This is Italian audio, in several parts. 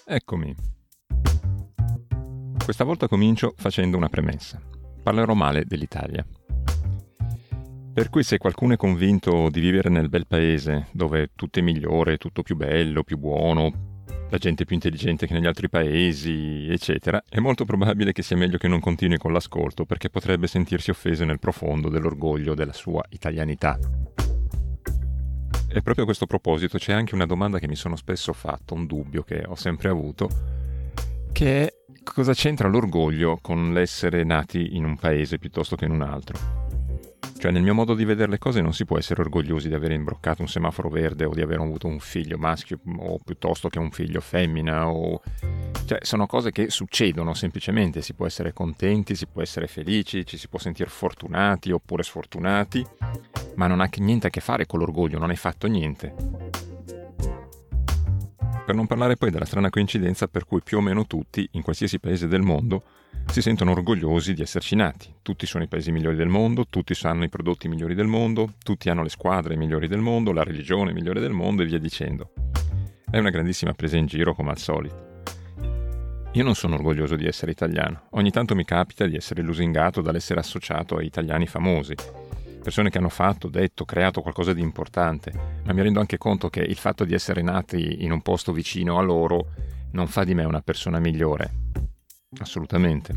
Eccomi. Questa volta comincio facendo una premessa. Parlerò male dell'Italia. Per cui se qualcuno è convinto di vivere nel bel paese, dove tutto è migliore, tutto più bello, più buono, la gente è più intelligente che negli altri paesi, eccetera, è molto probabile che sia meglio che non continui con l'ascolto, perché potrebbe sentirsi offeso nel profondo dell'orgoglio della sua italianità. E proprio a questo proposito c'è anche una domanda che mi sono spesso fatto, un dubbio che ho sempre avuto, che è: cosa c'entra l'orgoglio con l'essere nati in un paese piuttosto che in un altro? Cioè, nel mio modo di vedere le cose non si può essere orgogliosi di aver imbroccato un semaforo verde o di aver avuto un figlio maschio o piuttosto che un figlio femmina o... Cioè, sono cose che succedono semplicemente, si può essere contenti, si può essere felici, ci si può sentire fortunati oppure sfortunati, ma non ha niente a che fare con l'orgoglio, non hai fatto niente. Per non parlare poi della strana coincidenza per cui più o meno tutti, in qualsiasi paese del mondo, si sentono orgogliosi di esserci nati. Tutti sono i paesi migliori del mondo, tutti hanno i prodotti migliori del mondo, tutti hanno le squadre migliori del mondo, la religione migliore del mondo e via dicendo. È una grandissima presa in giro come al solito. Io non sono orgoglioso di essere italiano. Ogni tanto mi capita di essere lusingato dall'essere associato a italiani famosi. Persone che hanno fatto, detto, creato qualcosa di importante, ma mi rendo anche conto che il fatto di essere nati in un posto vicino a loro non fa di me una persona migliore. Assolutamente.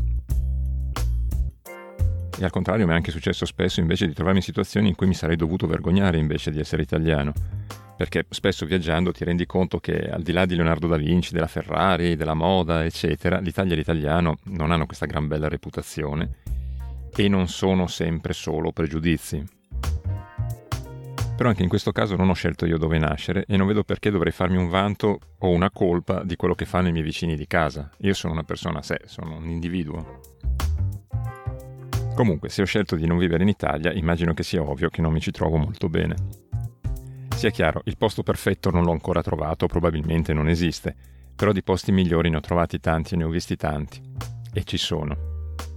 E al contrario mi è anche successo spesso invece di trovarmi in situazioni in cui mi sarei dovuto vergognare invece di essere italiano, perché spesso viaggiando ti rendi conto che al di là di Leonardo da Vinci, della Ferrari, della moda, eccetera, l'Italia e l'italiano non hanno questa gran bella reputazione e non sono sempre solo pregiudizi. Però anche in questo caso non ho scelto io dove nascere e non vedo perché dovrei farmi un vanto o una colpa di quello che fanno i miei vicini di casa. Io sono una persona a sé, sono un individuo. Comunque, se ho scelto di non vivere in Italia, immagino che sia ovvio che non mi ci trovo molto bene. Sia chiaro, il posto perfetto non l'ho ancora trovato, probabilmente non esiste, però di posti migliori ne ho trovati tanti e ne ho visti tanti. E ci sono.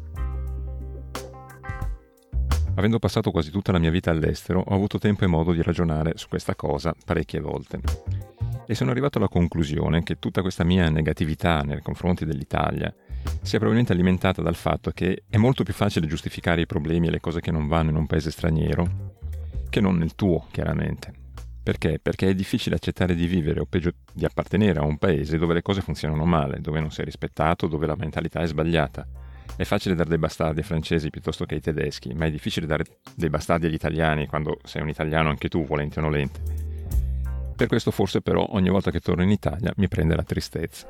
Avendo passato quasi tutta la mia vita all'estero, ho avuto tempo e modo di ragionare su questa cosa parecchie volte. E sono arrivato alla conclusione che tutta questa mia negatività nei confronti dell'Italia sia probabilmente alimentata dal fatto che è molto più facile giustificare i problemi e le cose che non vanno in un paese straniero che non nel tuo, chiaramente. Perché? Perché è difficile accettare di vivere o peggio di appartenere a un paese dove le cose funzionano male, dove non sei rispettato, dove la mentalità è sbagliata. È facile dare dei bastardi ai francesi piuttosto che ai tedeschi, ma è difficile dare dei bastardi agli italiani quando sei un italiano anche tu, volenti o nolente. Per questo forse però ogni volta che torno in Italia mi prende la tristezza.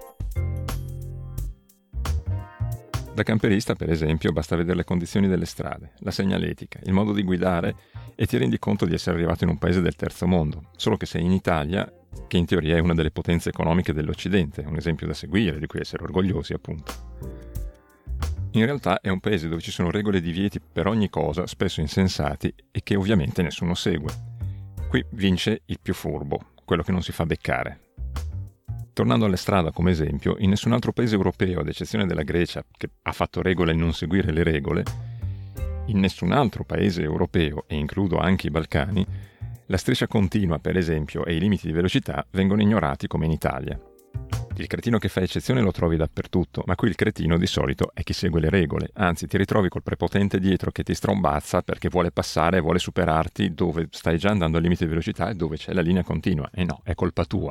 Da camperista, per esempio, basta vedere le condizioni delle strade, la segnaletica, il modo di guidare e ti rendi conto di essere arrivato in un paese del terzo mondo, solo che sei in Italia, che in teoria è una delle potenze economiche dell'Occidente, un esempio da seguire, di cui essere orgogliosi, appunto. In realtà è un paese dove ci sono regole e divieti per ogni cosa, spesso insensati, e che ovviamente nessuno segue. Qui vince il più furbo, quello che non si fa beccare. Tornando alle strade come esempio, in nessun altro paese europeo, ad eccezione della Grecia, che ha fatto regola il non seguire le regole, in nessun altro paese europeo, e includo anche i Balcani, la striscia continua, per esempio, e i limiti di velocità vengono ignorati come in Italia. Il cretino che fa eccezione lo trovi dappertutto, ma qui il cretino di solito è chi segue le regole, anzi ti ritrovi col prepotente dietro che ti strombazza perché vuole passare, vuole superarti dove stai già andando al limite di velocità e dove c'è la linea continua. E no, è colpa tua.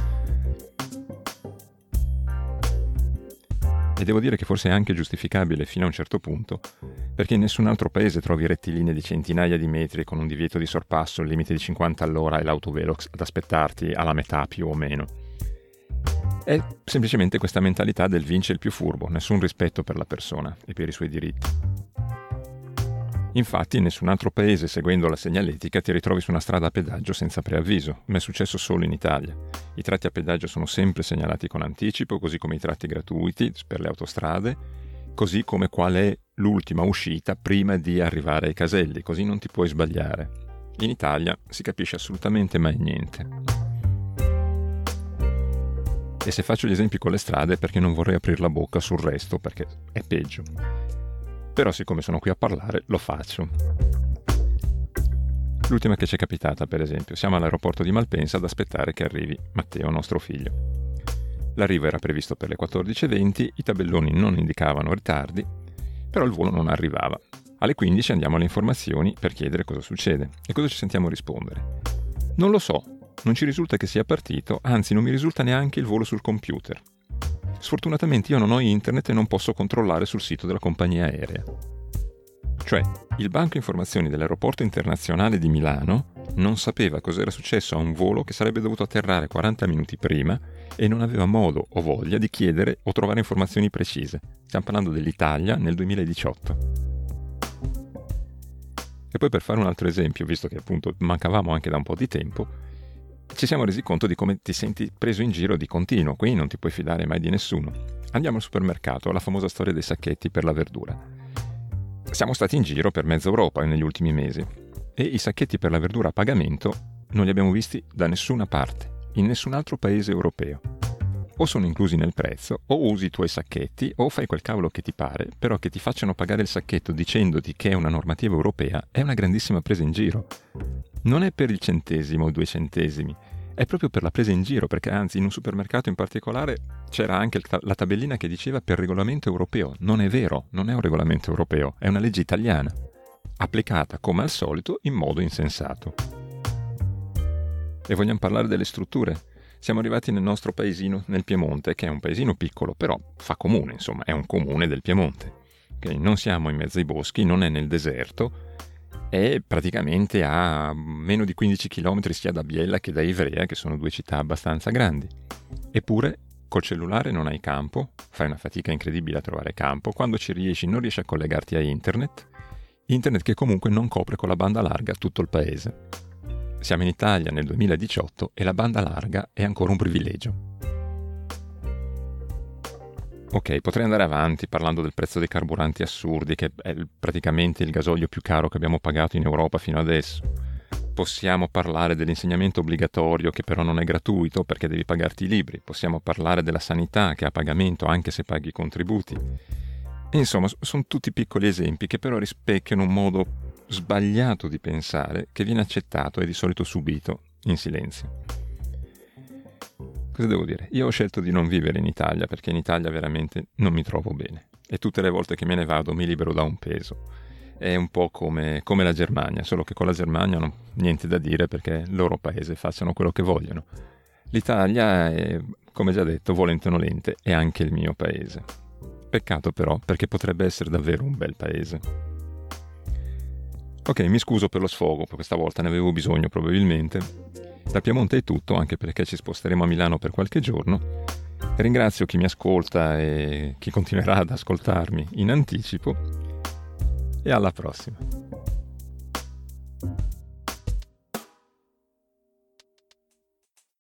E devo dire che forse è anche giustificabile fino a un certo punto, perché in nessun altro paese trovi rettilinee di centinaia di metri con un divieto di sorpasso, il limite di 50 all'ora e l'autovelox ad aspettarti alla metà più o meno. È semplicemente questa mentalità del vince il più furbo, nessun rispetto per la persona e per i suoi diritti. Infatti in nessun altro paese, seguendo la segnaletica, ti ritrovi su una strada a pedaggio senza preavviso, ma è successo solo in Italia. I tratti a pedaggio sono sempre segnalati con anticipo, così come i tratti gratuiti per le autostrade, così come qual è l'ultima uscita prima di arrivare ai caselli, così non ti puoi sbagliare. In Italia si capisce assolutamente mai niente. E se faccio gli esempi con le strade è perché non vorrei aprire la bocca sul resto, perché è peggio. Però siccome sono qui a parlare, lo faccio. L'ultima che ci è capitata, per esempio, siamo all'aeroporto di Malpensa ad aspettare che arrivi Matteo, nostro figlio. L'arrivo era previsto per le 14:20, i tabelloni non indicavano ritardi, però il volo non arrivava. Alle 15 andiamo alle informazioni per chiedere cosa succede. E cosa ci sentiamo rispondere? Non lo so, non ci risulta che sia partito, anzi non mi risulta neanche il volo sul computer. Sfortunatamente io non ho internet e non posso controllare sul sito della compagnia aerea. Cioè, il banco informazioni dell'aeroporto internazionale di Milano non sapeva cos'era successo a un volo che sarebbe dovuto atterrare 40 minuti prima e non aveva modo o voglia di chiedere o trovare informazioni precise. Stiamo parlando dell'Italia nel 2018. E poi per fare un altro esempio, visto che appunto mancavamo anche da un po' di tempo, ci siamo resi conto di come ti senti preso in giro di continuo, qui non ti puoi fidare mai di nessuno. Andiamo al supermercato, la famosa storia dei sacchetti per la verdura. Siamo stati in giro per mezza Europa negli ultimi mesi e i sacchetti per la verdura a pagamento non li abbiamo visti da nessuna parte, in nessun altro paese europeo. O sono inclusi nel prezzo, o usi i tuoi sacchetti, o fai quel cavolo che ti pare, però che ti facciano pagare il sacchetto dicendoti che è una normativa europea è una grandissima presa in giro. Non è per il centesimo o 2 centesimi, è proprio per la presa in giro, perché anzi in un supermercato in particolare c'era anche la tabellina che diceva per regolamento europeo. Non è vero, non è un regolamento europeo, è una legge italiana, applicata come al solito in modo insensato. E vogliamo parlare delle strutture. Siamo arrivati nel nostro paesino, nel Piemonte, che è un paesino piccolo, però fa comune, insomma, è un comune del Piemonte. Okay? Non siamo in mezzo ai boschi, non è nel deserto, è praticamente a meno di 15 km sia da Biella che da Ivrea, che sono 2 città abbastanza grandi. Eppure, col cellulare non hai campo, fai una fatica incredibile a trovare campo, quando ci riesci non riesci a collegarti a internet che comunque non copre con la banda larga tutto il paese. Siamo in Italia nel 2018 e la banda larga è ancora un privilegio. Ok, potrei andare avanti parlando del prezzo dei carburanti assurdi, che è praticamente il gasolio più caro che abbiamo pagato in Europa fino adesso. Possiamo parlare dell'insegnamento obbligatorio, che però non è gratuito perché devi pagarti i libri. Possiamo parlare della sanità, che è a pagamento anche se paghi i contributi. Insomma, sono tutti piccoli esempi che però rispecchiano un modo sbagliato di pensare che viene accettato e di solito subito in silenzio. Cosa devo dire? Io ho scelto di non vivere in Italia perché in Italia veramente non mi trovo bene e tutte le volte che me ne vado mi libero da un peso. È un po' come la Germania, solo che con la Germania non ho niente da dire perché il loro paese facciano quello che vogliono. L'Italia è, come già detto, volente o nolente, è anche il mio paese. Peccato però perché potrebbe essere davvero un bel paese. Ok, mi scuso per lo sfogo, questa volta ne avevo bisogno probabilmente. Da Piemonte è tutto, anche perché ci sposteremo a Milano per qualche giorno. Ringrazio chi mi ascolta e chi continuerà ad ascoltarmi in anticipo. E alla prossima.